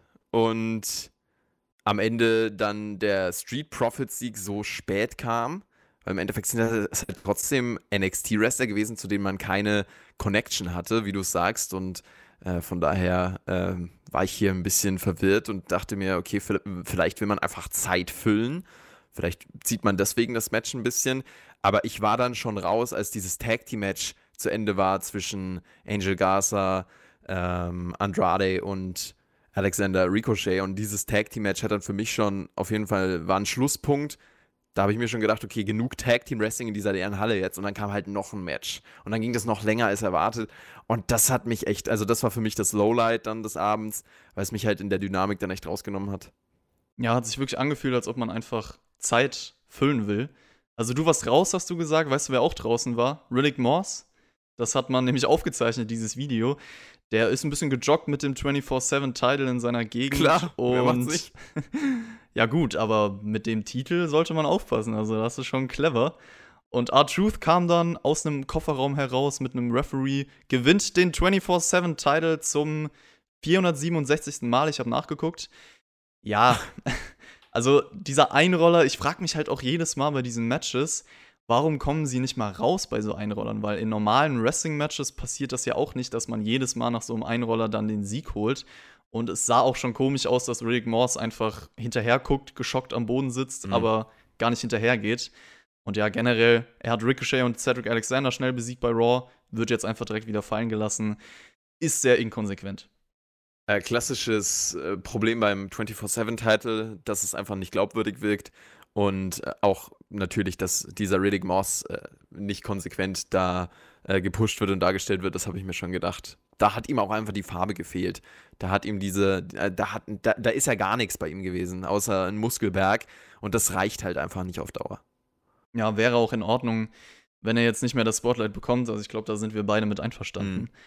und am Ende dann der Street Profits Sieg so spät kam. Weil im Endeffekt sind das halt trotzdem N X T-Wrestler gewesen, zu denen man keine Connection hatte, wie du es sagst. Und äh, von daher äh, war ich hier ein bisschen verwirrt und dachte mir, okay, vielleicht will man einfach Zeit füllen. Vielleicht zieht man deswegen das Match ein bisschen. Aber ich war dann schon raus, als dieses Tag-Team-Match zu Ende war zwischen Angel Garza, ähm, Andrade und Alexander Ricochet. Und dieses Tag-Team-Match hat dann für mich schon auf jeden Fall, war ein Schlusspunkt. Da habe ich mir schon gedacht, okay, genug Tag-Team-Wrestling in dieser leeren Halle jetzt. Und dann kam halt noch ein Match. Und dann ging das noch länger als erwartet. Und das hat mich echt, also das war für mich das Lowlight dann des Abends, weil es mich halt in der Dynamik dann echt rausgenommen hat. Ja, hat sich wirklich angefühlt, als ob man einfach Zeit füllen will. Also du warst raus, hast du gesagt. Weißt du, wer auch draußen war? Riddick Moss. Das hat man nämlich aufgezeichnet, dieses Video. Der ist ein bisschen gejoggt mit dem vierundzwanzig sieben Title in seiner Gegend. Klar, wer macht's und nicht? ja gut, aber mit dem Titel sollte man aufpassen. Also das ist schon clever. Und R-Truth kam dann aus einem Kofferraum heraus mit einem Referee, gewinnt den vierundzwanzig sieben Title zum vierhundertsiebenundsechzigsten Mal. Ich habe nachgeguckt. Ja, also dieser Einroller, ich frage mich halt auch jedes Mal bei diesen Matches, warum kommen sie nicht mal raus bei so Einrollern? Weil in normalen Wrestling-Matches passiert das ja auch nicht, dass man jedes Mal nach so einem Einroller dann den Sieg holt. Und es sah auch schon komisch aus, dass Riddick Moss einfach hinterher guckt, geschockt am Boden sitzt, Mhm. aber gar nicht hinterher geht. Und ja, generell, er hat Ricochet und Cedric Alexander schnell besiegt bei Raw, wird jetzt einfach direkt wieder fallen gelassen. Ist sehr inkonsequent. Äh, klassisches äh, Problem beim vierundzwanzig sieben Title, dass es einfach nicht glaubwürdig wirkt und äh, auch natürlich, dass dieser Riddick Moss äh, nicht konsequent da äh, gepusht wird und dargestellt wird, das habe ich mir schon gedacht. Da hat ihm auch einfach die Farbe gefehlt. Da hat ihm diese, äh, da, hat, da, da ist ja gar nichts bei ihm gewesen, außer ein Muskelberg und das reicht halt einfach nicht auf Dauer. Ja, wäre auch in Ordnung, wenn er jetzt nicht mehr das Spotlight bekommt. Also ich glaube, da sind wir beide mit einverstanden. Mhm.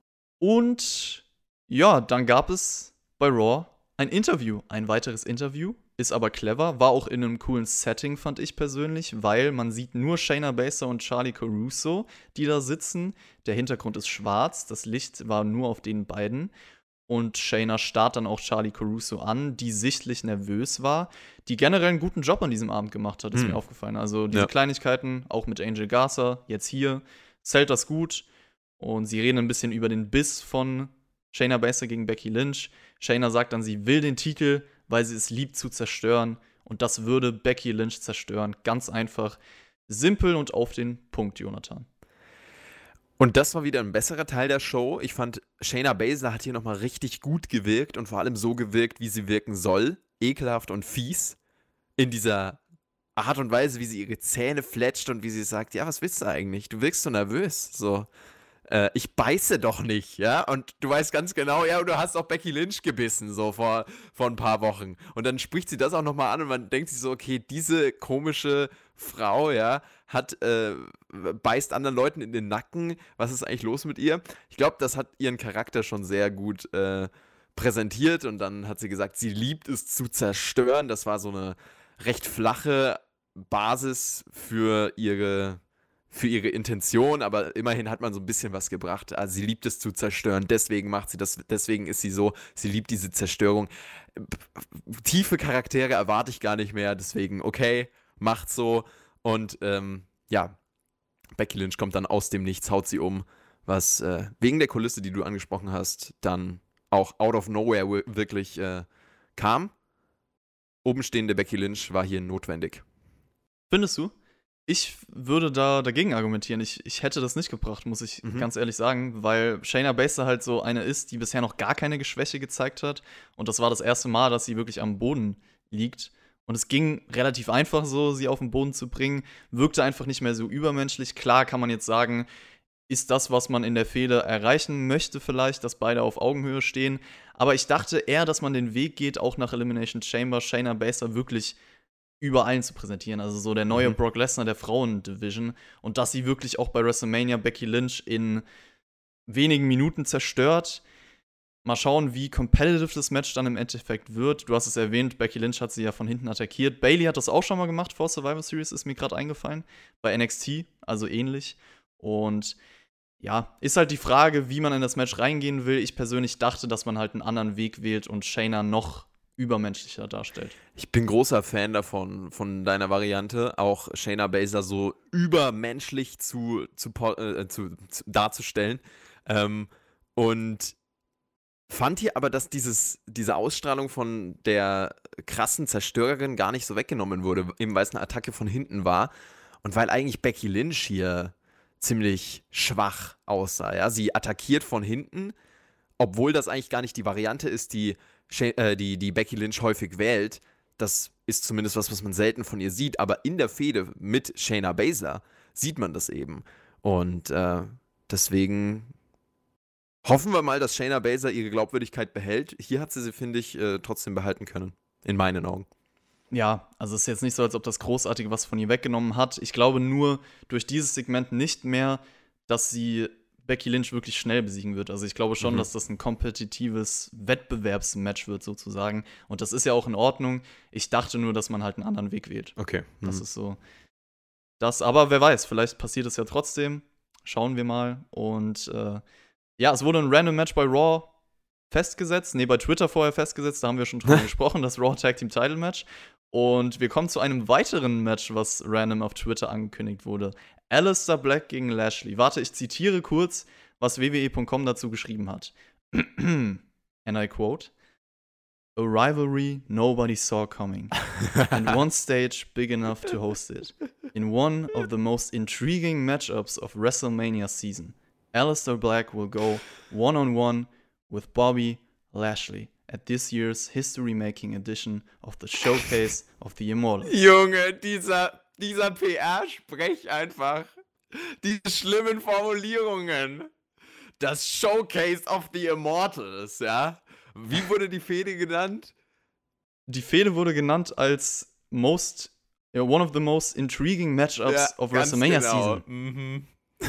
Und ja, dann gab es bei Raw ein Interview, ein weiteres Interview. Ist aber clever, war auch in einem coolen Setting, fand ich persönlich, weil man sieht nur Shayna Baszler und Charlie Caruso, die da sitzen. Der Hintergrund ist schwarz, das Licht war nur auf den beiden. Und Shayna starrt dann auch Charlie Caruso an, die sichtlich nervös war, die generell einen guten Job an diesem Abend gemacht hat, ist Hm. mir aufgefallen. Also diese Ja. Kleinigkeiten, auch mit Angel Garza, jetzt hier, zählt das gut. Und sie reden ein bisschen über den Biss von Shayna Baszler gegen Becky Lynch. Shayna sagt dann, sie will den Titel, weil sie es liebt zu zerstören. Und das würde Becky Lynch zerstören. Ganz einfach, simpel und auf den Punkt, Jonathan. Und das war wieder ein besserer Teil der Show. Ich fand, Shayna Baszler hat hier nochmal richtig gut gewirkt und vor allem so gewirkt, wie sie wirken soll. Ekelhaft und fies. In dieser Art und Weise, wie sie ihre Zähne fletscht und wie sie sagt, ja, was willst du eigentlich? Du wirkst so nervös. So, äh, ich beiße doch nicht, ja? Und du weißt ganz genau, ja, und du hast auch Becky Lynch gebissen, so vor, vor ein paar Wochen. Und dann spricht sie das auch nochmal an und man denkt sich so, okay, diese komische Frau, ja, hat, äh, beißt anderen Leuten in den Nacken. Was ist eigentlich los mit ihr? Ich glaube, das hat ihren Charakter schon sehr gut äh, präsentiert und dann hat sie gesagt, sie liebt es zu zerstören. Das war so eine recht flache Basis für ihre, für ihre Intention, aber immerhin hat man so ein bisschen was gebracht. Also sie liebt es zu zerstören, deswegen macht sie das, deswegen ist sie so, sie liebt diese Zerstörung. Tiefe Charaktere erwarte ich gar nicht mehr, deswegen okay, macht so und ähm, ja, Becky Lynch kommt dann aus dem Nichts, haut sie um, was äh, wegen der Kulisse, die du angesprochen hast, dann auch out of nowhere wi- wirklich äh, kam. Obenstehende Becky Lynch war hier notwendig. Findest du? Ich würde da dagegen argumentieren. Ich, ich hätte das nicht gebracht, muss ich Mhm. ganz ehrlich sagen, weil Shayna Baszler halt so eine ist, die bisher noch gar keine Geschwäche gezeigt hat. Und das war das erste Mal, dass sie wirklich am Boden liegt. Und es ging relativ einfach so, sie auf den Boden zu bringen. Wirkte einfach nicht mehr so übermenschlich. Klar kann man jetzt sagen, ist das, was man in der Fehde erreichen möchte vielleicht, dass beide auf Augenhöhe stehen. Aber ich dachte eher, dass man den Weg geht, auch nach Elimination Chamber Shayna Baszler wirklich über allen zu präsentieren. Also so der neue mhm. Brock Lesnar der Frauen-Division. Und dass sie wirklich auch bei WrestleMania Becky Lynch in wenigen Minuten zerstört. Mal schauen, wie competitive das Match dann im Endeffekt wird. Du hast es erwähnt, Becky Lynch hat sie ja von hinten attackiert. Bayley hat das auch schon mal gemacht vor Survivor Series, ist mir gerade eingefallen. Bei N X T, also ähnlich. Und ja, ist halt die Frage, wie man in das Match reingehen will. Ich persönlich dachte, dass man halt einen anderen Weg wählt und Shayna noch übermenschlicher darstellt. Ich bin großer Fan davon, von deiner Variante, auch Shayna Baszler so übermenschlich zu, zu, äh, zu, zu darzustellen. Ähm, und fand hier aber, dass dieses, diese Ausstrahlung von der krassen Zerstörerin gar nicht so weggenommen wurde, eben weil es eine Attacke von hinten war und weil eigentlich Becky Lynch hier ziemlich schwach aussah. Ja? Sie attackiert von hinten, obwohl das eigentlich gar nicht die Variante ist, die, äh, die, die Becky Lynch häufig wählt. Das ist zumindest was, was man selten von ihr sieht, aber in der Fehde mit Shayna Baszler sieht man das eben. Und äh, deswegen hoffen wir mal, dass Shayna Baszler ihre Glaubwürdigkeit behält. Hier hat sie sie, finde ich, äh, trotzdem behalten können. In meinen Augen. Ja, also es ist jetzt nicht so, als ob das Großartige was von ihr weggenommen hat. Ich glaube nur durch dieses Segment nicht mehr, dass sie Becky Lynch wirklich schnell besiegen wird. Also ich glaube schon, mhm. dass das ein kompetitives Wettbewerbsmatch wird sozusagen. Und das ist ja auch in Ordnung. Ich dachte nur, dass man halt einen anderen Weg wählt. Okay. Mhm. Das ist so. Das, aber wer weiß, vielleicht passiert es ja trotzdem. Schauen wir mal. Und äh, ja, es wurde ein Random Match bei Raw festgesetzt. Nee, bei Twitter vorher festgesetzt. Da haben wir schon drüber gesprochen. Das Raw Tag Team Title Match. Und wir kommen zu einem weiteren Match, was random auf Twitter angekündigt wurde. Aleister Black gegen Lashley. Warte, ich zitiere kurz, was W W E Punkt com dazu geschrieben hat. And I quote: A rivalry nobody saw coming. And one stage big enough to host it. In one of the most intriguing matchups of WrestleMania season. Aleister Black will go one-on-one with Bobby Lashley at this year's history-making edition of the Showcase of the Immortals. Junge, dieser, dieser P R-Sprech einfach. Diese schlimmen Formulierungen. Das Showcase of the Immortals, ja? Wie wurde die Fehde genannt? Die Fehde wurde genannt als most, yeah, one of the most intriguing matchups ja, of WrestleMania genau. Season. Mhm.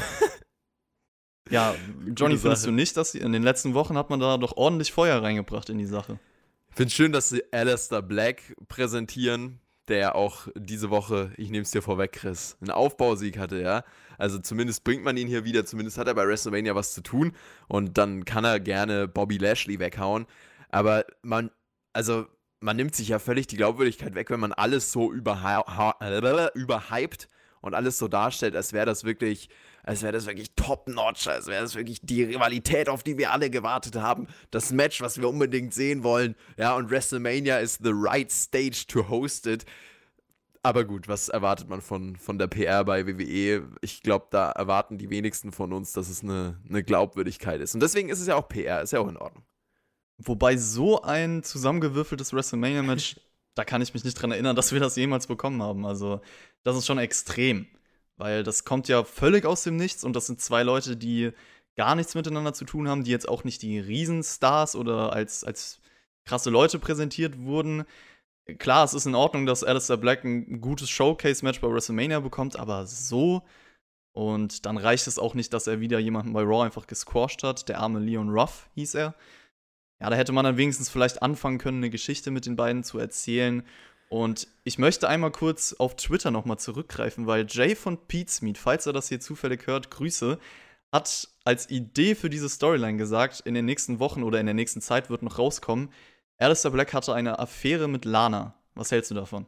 Ja, Johnny, findest du nicht, dass sie in den letzten Wochen hat man da doch ordentlich Feuer reingebracht in die Sache? Ich finde es schön, dass sie Aleister Black präsentieren, der auch diese Woche, ich nehme es dir vorweg, Chris, einen Aufbausieg hatte, ja. Also zumindest bringt man ihn hier wieder, zumindest hat er bei WrestleMania was zu tun und dann kann er gerne Bobby Lashley weghauen. Aber man, also man nimmt sich ja völlig die Glaubwürdigkeit weg, wenn man alles so überhy- überhypt und alles so darstellt, als wäre das wirklich, als wäre das wirklich top-notch, als wäre das wirklich die Rivalität, auf die wir alle gewartet haben, das Match, was wir unbedingt sehen wollen, ja, und WrestleMania is the right stage to host it. Aber gut, was erwartet man von, von der P R bei W W E? Ich glaube, da erwarten die wenigsten von uns, dass es eine, eine Glaubwürdigkeit ist. Und deswegen ist es ja auch P R, ist ja auch in Ordnung. Wobei so ein zusammengewürfeltes WrestleMania-Match, da kann ich mich nicht dran erinnern, dass wir das jemals bekommen haben. Also das ist schon extrem, weil das kommt ja völlig aus dem Nichts und das sind zwei Leute, die gar nichts miteinander zu tun haben, die jetzt auch nicht die Riesenstars oder als, als krasse Leute präsentiert wurden. Klar, es ist in Ordnung, dass Aleister Black ein gutes Showcase-Match bei WrestleMania bekommt, aber so. Und dann reicht es auch nicht, dass er wieder jemanden bei Raw einfach gesquasht hat. Der arme Leon Ruff hieß er. Ja, da hätte man dann wenigstens vielleicht anfangen können, eine Geschichte mit den beiden zu erzählen. Und ich möchte einmal kurz auf Twitter nochmal zurückgreifen, weil Jay von Pete's Meat, falls er das hier zufällig hört, Grüße, hat als Idee für diese Storyline gesagt, in den nächsten Wochen oder in der nächsten Zeit wird noch rauskommen, Aleister Black hatte eine Affäre mit Lana. Was hältst du davon?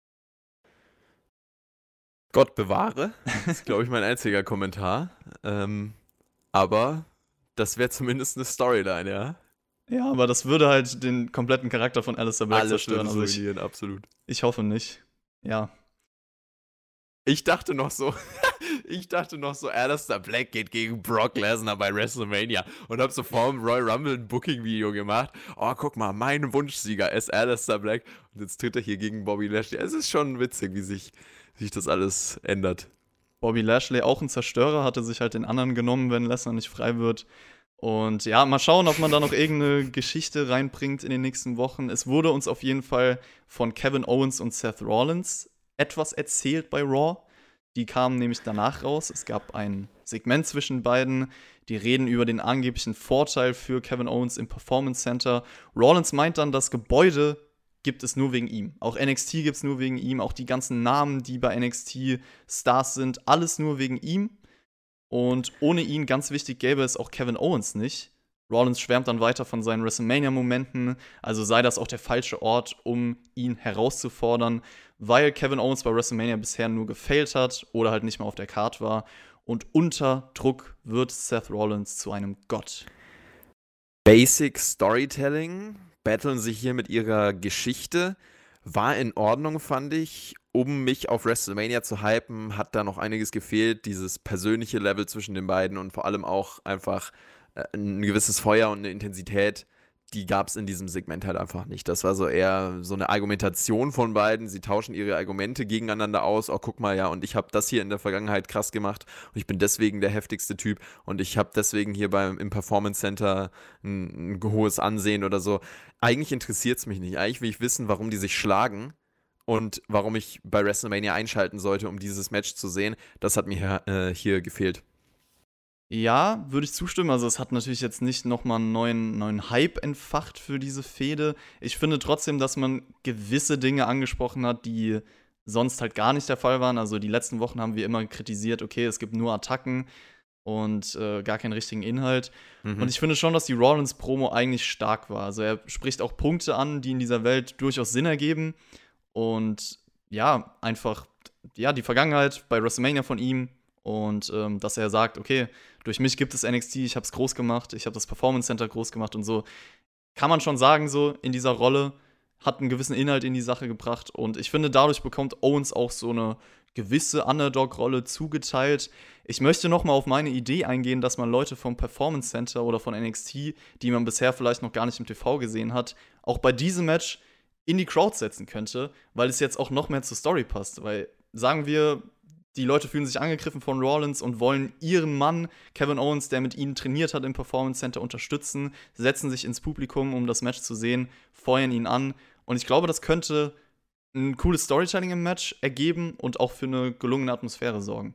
Gott bewahre. Das ist, glaube ich, mein einziger Kommentar. Ähm, aber das wäre zumindest eine Storyline, ja? Ja, aber das würde halt den kompletten Charakter von Aleister Black Alles zerstören. Also ich, absolut. Ich hoffe nicht. Ja. Ich dachte noch so, ich dachte noch so, Aleister Black geht gegen Brock Lesnar bei WrestleMania und habe so vor dem Royal Rumble ein Booking-Video gemacht. Oh, guck mal, mein Wunschsieger ist Aleister Black und jetzt tritt er hier gegen Bobby Lashley. Es ist schon witzig, wie sich, wie sich das alles ändert. Bobby Lashley, auch ein Zerstörer, hatte sich halt den anderen genommen, wenn Lesnar nicht frei wird. Und ja, mal schauen, ob man da noch irgendeine Geschichte reinbringt in den nächsten Wochen. Es wurde uns auf jeden Fall von Kevin Owens und Seth Rollins etwas erzählt bei Raw. Die kamen nämlich danach raus. Es gab ein Segment zwischen beiden. Die reden über den angeblichen Vorteil für Kevin Owens im Performance Center. Rollins meint dann, das Gebäude gibt es nur wegen ihm. Auch N X T gibt es nur wegen ihm. Auch die ganzen Namen, die bei N X T Stars sind, alles nur wegen ihm. Und ohne ihn, ganz wichtig, gäbe es auch Kevin Owens nicht. Rollins schwärmt dann weiter von seinen WrestleMania-Momenten, also sei das auch der falsche Ort, um ihn herauszufordern, weil Kevin Owens bei WrestleMania bisher nur gefailt hat oder halt nicht mehr auf der Card war. Und unter Druck wird Seth Rollins zu einem Gott. Basic Storytelling, battlen sich hier mit ihrer Geschichte, war in Ordnung, fand ich. Um mich auf WrestleMania zu hypen, hat da noch einiges gefehlt. Dieses persönliche Level zwischen den beiden und vor allem auch einfach äh, ein gewisses Feuer und eine Intensität, die gab es in diesem Segment halt einfach nicht. Das war so eher so eine Argumentation von beiden. Sie tauschen ihre Argumente gegeneinander aus. Oh, guck mal, ja, und ich habe das hier in der Vergangenheit krass gemacht und ich bin deswegen der heftigste Typ und ich habe deswegen hier beim, im Performance Center ein, ein hohes Ansehen oder so. Eigentlich interessiert es mich nicht. Eigentlich will ich wissen, warum die sich schlagen. Und warum ich bei WrestleMania einschalten sollte, um dieses Match zu sehen, das hat mir äh, hier gefehlt. Ja, würde ich zustimmen. Also es hat natürlich jetzt nicht nochmal einen neuen, neuen Hype entfacht für diese Fehde. Ich finde trotzdem, dass man gewisse Dinge angesprochen hat, die sonst halt gar nicht der Fall waren. Also die letzten Wochen haben wir immer kritisiert, okay, es gibt nur Attacken und äh, gar keinen richtigen Inhalt. Mhm. Und ich finde schon, dass die Rollins-Promo eigentlich stark war. Also er spricht auch Punkte an, die in dieser Welt durchaus Sinn ergeben. Und ja, einfach, ja, die Vergangenheit bei WrestleMania von ihm und ähm, dass er sagt, okay, durch mich gibt es N X T, ich habe es groß gemacht, ich habe das Performance Center groß gemacht und so, kann man schon sagen, so in dieser Rolle, hat einen gewissen Inhalt in die Sache gebracht und ich finde, dadurch bekommt Owens auch so eine gewisse Underdog-Rolle zugeteilt. Ich möchte noch mal auf meine Idee eingehen, dass man Leute vom Performance Center oder von N X T, die man bisher vielleicht noch gar nicht im T V gesehen hat, auch bei diesem Match in die Crowd setzen könnte, weil es jetzt auch noch mehr zur Story passt. Weil, sagen wir, die Leute fühlen sich angegriffen von Rollins und wollen ihren Mann, Kevin Owens, der mit ihnen trainiert hat im Performance Center, unterstützen, setzen sich ins Publikum, um das Match zu sehen, feuern ihn an. Und ich glaube, das könnte ein cooles Storytelling im Match ergeben und auch für eine gelungene Atmosphäre sorgen.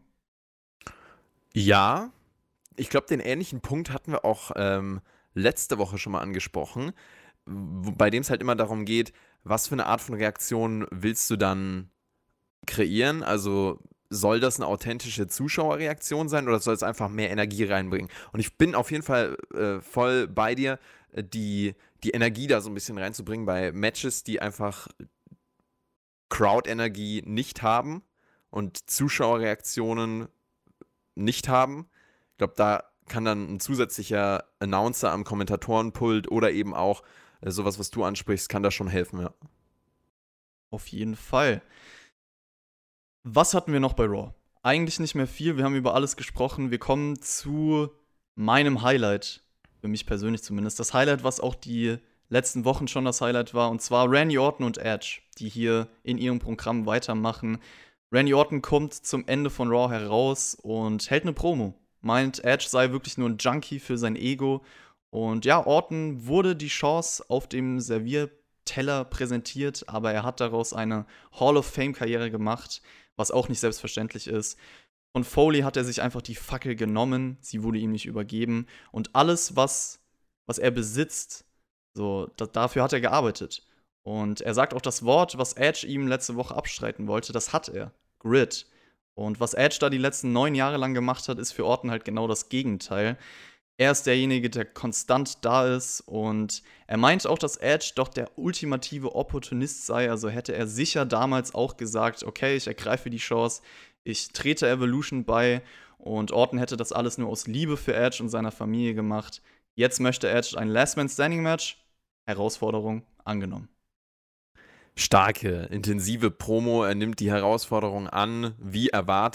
Ja, ich glaube, den ähnlichen Punkt hatten wir auch ähm, letzte Woche schon mal angesprochen, bei dem es halt immer darum geht, was für eine Art von Reaktion willst du dann kreieren? Also soll das eine authentische Zuschauerreaktion sein oder soll es einfach mehr Energie reinbringen? Und ich bin auf jeden Fall äh, voll bei dir, die, die Energie da so ein bisschen reinzubringen bei Matches, die einfach Crowd-Energie nicht haben und Zuschauerreaktionen nicht haben. Ich glaube, da kann dann ein zusätzlicher Announcer am Kommentatorenpult oder eben auch äh, sowas, was du ansprichst, kann da schon helfen, ja. Auf jeden Fall. Was hatten wir noch bei Raw? Eigentlich nicht mehr viel, wir haben über alles gesprochen. Wir kommen zu meinem Highlight, für mich persönlich zumindest. Das Highlight, was auch die letzten Wochen schon das Highlight war, und zwar Randy Orton und Edge, die hier in ihrem Programm weitermachen. Randy Orton kommt zum Ende von Raw heraus und hält eine Promo. Meint, Edge sei wirklich nur ein Junkie für sein Ego. Und ja, Orton wurde die Chance auf dem Servierteller präsentiert, aber er hat daraus eine Hall of Fame-Karriere gemacht, was auch nicht selbstverständlich ist. Von Foley hat er sich einfach die Fackel genommen, sie wurde ihm nicht übergeben. Und alles, was, was er besitzt, so, da, dafür hat er gearbeitet. Und er sagt auch das Wort, was Edge ihm letzte Woche abstreiten wollte, das hat er. Grit. Und was Edge da die letzten neun Jahre lang gemacht hat, ist für Orton halt genau das Gegenteil. Er ist derjenige, der konstant da ist und er meint auch, dass Edge doch der ultimative Opportunist sei. Also hätte er sicher damals auch gesagt, okay, ich ergreife die Chance, ich trete Evolution bei und Orton hätte das alles nur aus Liebe für Edge und seiner Familie gemacht. Jetzt möchte Edge ein Last Man Standing Match. Herausforderung angenommen. Starke, intensive Promo, er nimmt die Herausforderung an, wie erwartet.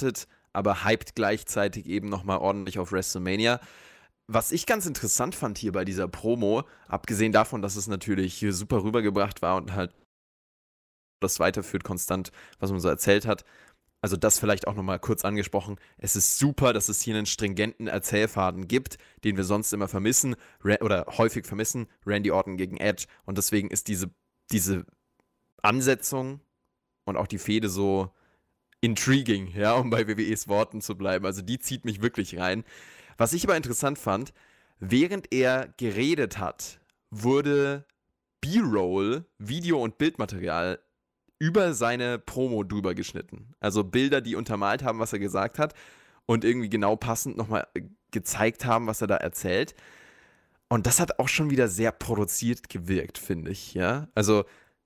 aber hypt gleichzeitig eben nochmal ordentlich auf WrestleMania. Was ich ganz interessant fand hier bei dieser Promo, abgesehen davon, dass es natürlich hier super rübergebracht war und halt das weiterführt konstant, was man so erzählt hat, also das vielleicht auch nochmal kurz angesprochen, es ist super, dass es hier einen stringenten Erzählfaden gibt, den wir sonst immer vermissen Ra- oder häufig vermissen, Randy Orton gegen Edge, und deswegen ist diese, diese Ansetzung und auch die Fehde so intriguing, ja, um bei W W Es Worten zu bleiben, also die zieht mich wirklich rein. Was ich aber interessant fand, während er geredet hat, wurde B-Roll, Video- und Bildmaterial über seine Promo drüber geschnitten. Also Bilder, die untermalt haben, was er gesagt hat und irgendwie genau passend nochmal gezeigt haben, was er da erzählt. Und das hat auch schon wieder sehr produziert gewirkt, finde ich, ja. Also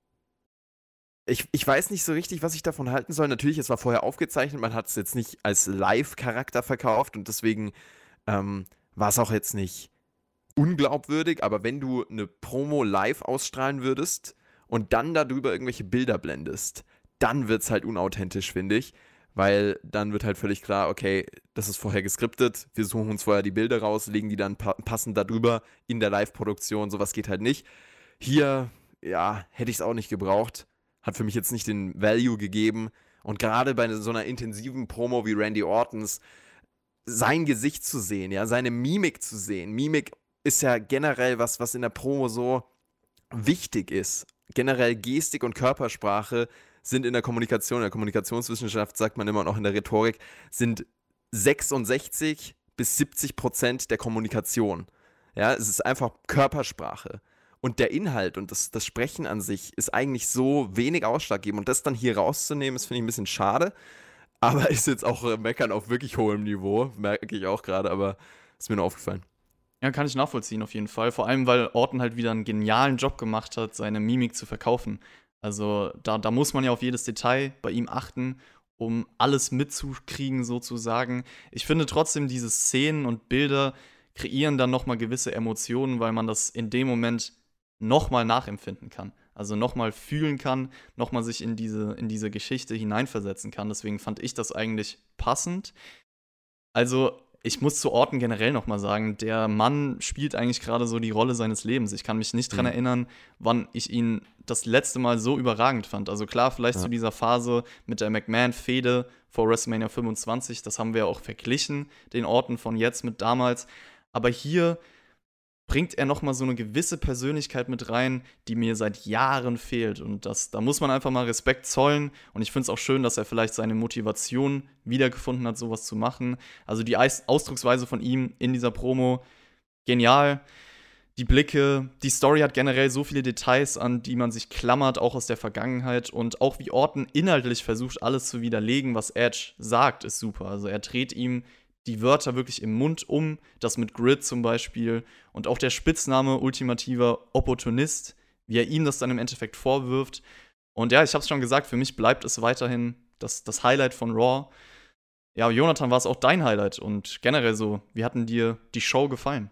ich, ich weiß nicht so richtig, was ich davon halten soll. Natürlich, es war vorher aufgezeichnet, man hat es jetzt nicht als Live-Charakter verkauft und deswegen ähm, war es auch jetzt nicht unglaubwürdig, aber wenn du eine Promo live ausstrahlen würdest und dann darüber irgendwelche Bilder blendest, dann wird es halt unauthentisch, finde ich, weil dann wird halt völlig klar, okay, das ist vorher geskriptet, wir suchen uns vorher die Bilder raus, legen die dann pa- passend darüber in der Live-Produktion, sowas geht halt nicht. Hier, ja, hätte ich es auch nicht gebraucht, hat für mich jetzt nicht den Value gegeben und gerade bei so einer intensiven Promo wie Randy Ortons, sein Gesicht zu sehen, ja, seine Mimik zu sehen. Mimik ist ja generell was, was in der Promo so wichtig ist. Generell Gestik und Körpersprache sind in der Kommunikation, in der Kommunikationswissenschaft, sagt man immer und auch in der Rhetorik, sind sechsundsechzig bis siebzig Prozent der Kommunikation. Ja, es ist einfach Körpersprache. Und der Inhalt und das, das Sprechen an sich ist eigentlich so wenig ausschlaggebend. Und das dann hier rauszunehmen, ist, finde ich, ein bisschen schade. Aber ist jetzt auch äh, Meckern auf wirklich hohem Niveau, merke ich auch gerade, aber ist mir nur aufgefallen. Ja, kann ich nachvollziehen auf jeden Fall. Vor allem, weil Orton halt wieder einen genialen Job gemacht hat, seine Mimik zu verkaufen. Also da, da muss man ja auf jedes Detail bei ihm achten, um alles mitzukriegen sozusagen. Ich finde trotzdem, diese Szenen und Bilder kreieren dann nochmal gewisse Emotionen, weil man das in dem Moment nochmal nachempfinden kann. Also nochmal fühlen kann, nochmal sich in diese, in diese Geschichte hineinversetzen kann. Deswegen fand ich das eigentlich passend. Also ich muss zu Orton generell nochmal sagen, der Mann spielt eigentlich gerade so die Rolle seines Lebens. Ich kann mich nicht dran Mhm. erinnern, wann ich ihn das letzte Mal so überragend fand. Also klar, vielleicht Ja. zu dieser Phase mit der McMahon-Fehde vor WrestleMania fünfundzwanzig, das haben wir ja auch verglichen, den Orton von jetzt mit damals. Aber hier bringt er nochmal so eine gewisse Persönlichkeit mit rein, die mir seit Jahren fehlt. Und das, da muss man einfach mal Respekt zollen. Und ich finde es auch schön, dass er vielleicht seine Motivation wiedergefunden hat, sowas zu machen. Also die Eis- Ausdrucksweise von ihm in dieser Promo, genial. Die Blicke, die Story hat generell so viele Details, an die man sich klammert, auch aus der Vergangenheit. Und auch wie Orton inhaltlich versucht, alles zu widerlegen, was Edge sagt, ist super. Also er dreht ihm die Wörter wirklich im Mund um, das mit Grid zum Beispiel und auch der Spitzname ultimativer Opportunist, wie er ihm das dann im Endeffekt vorwirft. Und ja, ich hab's schon gesagt, für mich bleibt es weiterhin das, das Highlight von Raw. Ja, Jonathan, war es auch dein Highlight und generell so, wie hat denn dir die Show gefallen?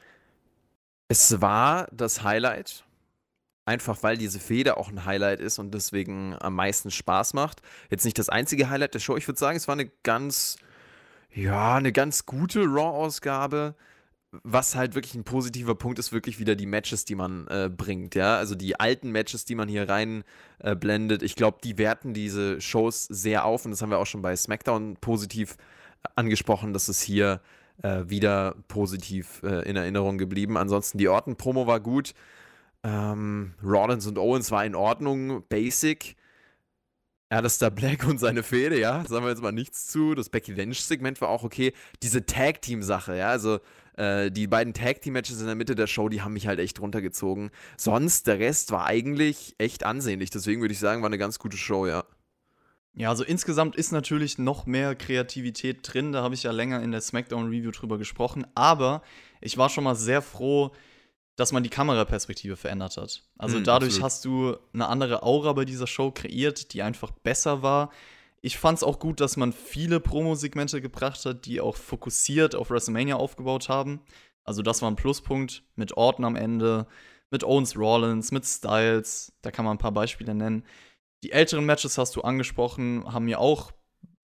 Es war das Highlight, einfach weil diese Fehde auch ein Highlight ist und deswegen am meisten Spaß macht. Jetzt nicht das einzige Highlight der Show, ich würde sagen, es war eine ganz, ja, eine ganz gute Raw-Ausgabe. Was halt wirklich ein positiver Punkt ist, wirklich wieder die Matches, die man äh, bringt, ja. Also die alten Matches, die man hier rein äh, blendet. Ich glaube, die werten diese Shows sehr auf und das haben wir auch schon bei SmackDown positiv angesprochen, dass es hier äh, wieder positiv äh, in Erinnerung geblieben. Ansonsten die Orton-Promo war gut. Ähm, Rollins und Owens war in Ordnung, basic. Alistair Black und seine Fehde, ja, sagen wir jetzt mal nichts zu. Das Becky Lynch-Segment war auch okay. Diese Tag-Team-Sache, ja, also äh, die beiden Tag-Team-Matches in der Mitte der Show, die haben mich halt echt runtergezogen. Sonst, der Rest war eigentlich echt ansehnlich. Deswegen würde ich sagen, war eine ganz gute Show, ja. Ja, also insgesamt ist natürlich noch mehr Kreativität drin. Da habe ich ja länger in der SmackDown-Review drüber gesprochen. Aber ich war schon mal sehr froh, dass man die Kameraperspektive verändert hat. Also Mhm, dadurch absolut. hast du eine andere Aura bei dieser Show kreiert, die einfach besser war. Ich fand es auch gut, dass man viele Promo-Segmente gebracht hat, die auch fokussiert auf WrestleMania aufgebaut haben. Also das war ein Pluspunkt mit Orton am Ende, mit Owens Rollins, mit Styles. Da kann man ein paar Beispiele nennen. Die älteren Matches hast du angesprochen, haben mir auch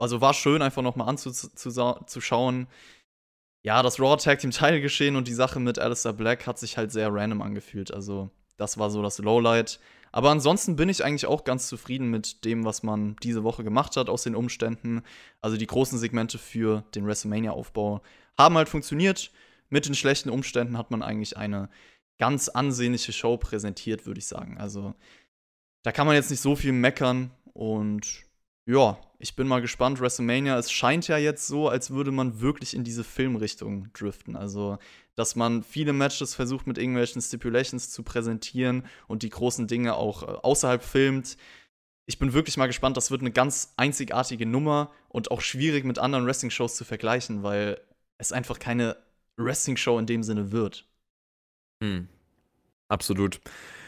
also war schön, einfach nochmal anzuschauen. Ja, das Raw Tag Team Title geschehen und die Sache mit Aleister Black hat sich halt sehr random angefühlt. Also, das war so das Lowlight. Aber ansonsten bin ich eigentlich auch ganz zufrieden mit dem, was man diese Woche gemacht hat aus den Umständen. Also die großen Segmente für den WrestleMania-Aufbau haben halt funktioniert. Mit den schlechten Umständen hat man eigentlich eine ganz ansehnliche Show präsentiert, würde ich sagen. Also da kann man jetzt nicht so viel meckern. Und ja, ich bin mal gespannt. WrestleMania, es scheint ja jetzt so, als würde man wirklich in diese Filmrichtung driften. Also dass man viele Matches versucht, mit irgendwelchen Stipulations zu präsentieren und die großen Dinge auch äh, außerhalb filmt. Ich bin wirklich mal gespannt. Das wird eine ganz einzigartige Nummer und auch schwierig mit anderen Wrestling-Shows zu vergleichen, weil es einfach keine Wrestling-Show in dem Sinne wird. Hm. Absolut.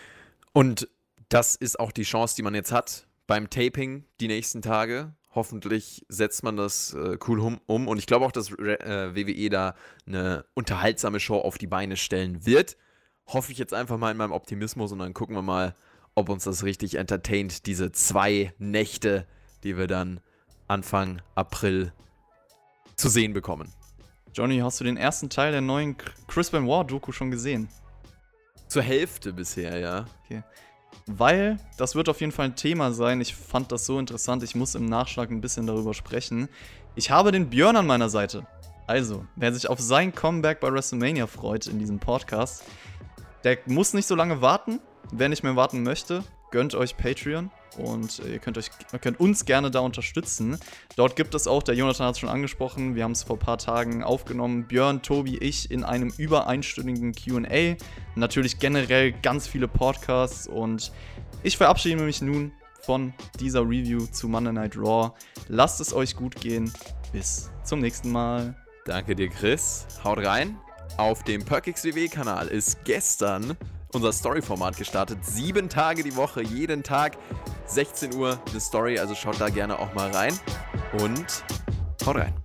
Und das ist auch die Chance, die man jetzt hat beim Taping die nächsten Tage. Hoffentlich setzt man das äh, cool um, um. Und ich glaube auch, dass äh, W W E da eine unterhaltsame Show auf die Beine stellen wird. Hoffe ich jetzt einfach mal in meinem Optimismus und dann gucken wir mal, ob uns das richtig entertaint, diese zwei Nächte, die wir dann Anfang April zu sehen bekommen. Johnny, hast du den ersten Teil der neuen Chris Benoit-Doku schon gesehen? Zur Hälfte bisher, ja. Okay. Weil, das wird auf jeden Fall ein Thema sein. Ich fand das so interessant, ich muss im Nachschlag ein bisschen darüber sprechen. Ich habe den Björn an meiner Seite. Also, wer sich auf sein Comeback bei WrestleMania freut in diesem Podcast, der muss nicht so lange warten. Wer nicht mehr warten möchte, gönnt euch Patreon. Und ihr könnt, euch, ihr könnt uns gerne da unterstützen. Dort gibt es auch, der Jonathan hat es schon angesprochen, wir haben es vor ein paar Tagen aufgenommen, Björn, Tobi, ich in einem über einstündigen Q und A. Natürlich generell ganz viele Podcasts und ich verabschiede mich nun von dieser Review zu Monday Night Raw. Lasst es euch gut gehen. Bis zum nächsten Mal. Danke dir, Chris. Haut rein. Auf dem Perkix W W-Kanal ist gestern unser Story-Format gestartet. Sieben Tage die Woche, jeden Tag, sechzehn Uhr eine Story. Also schaut da gerne auch mal rein. Und haut rein.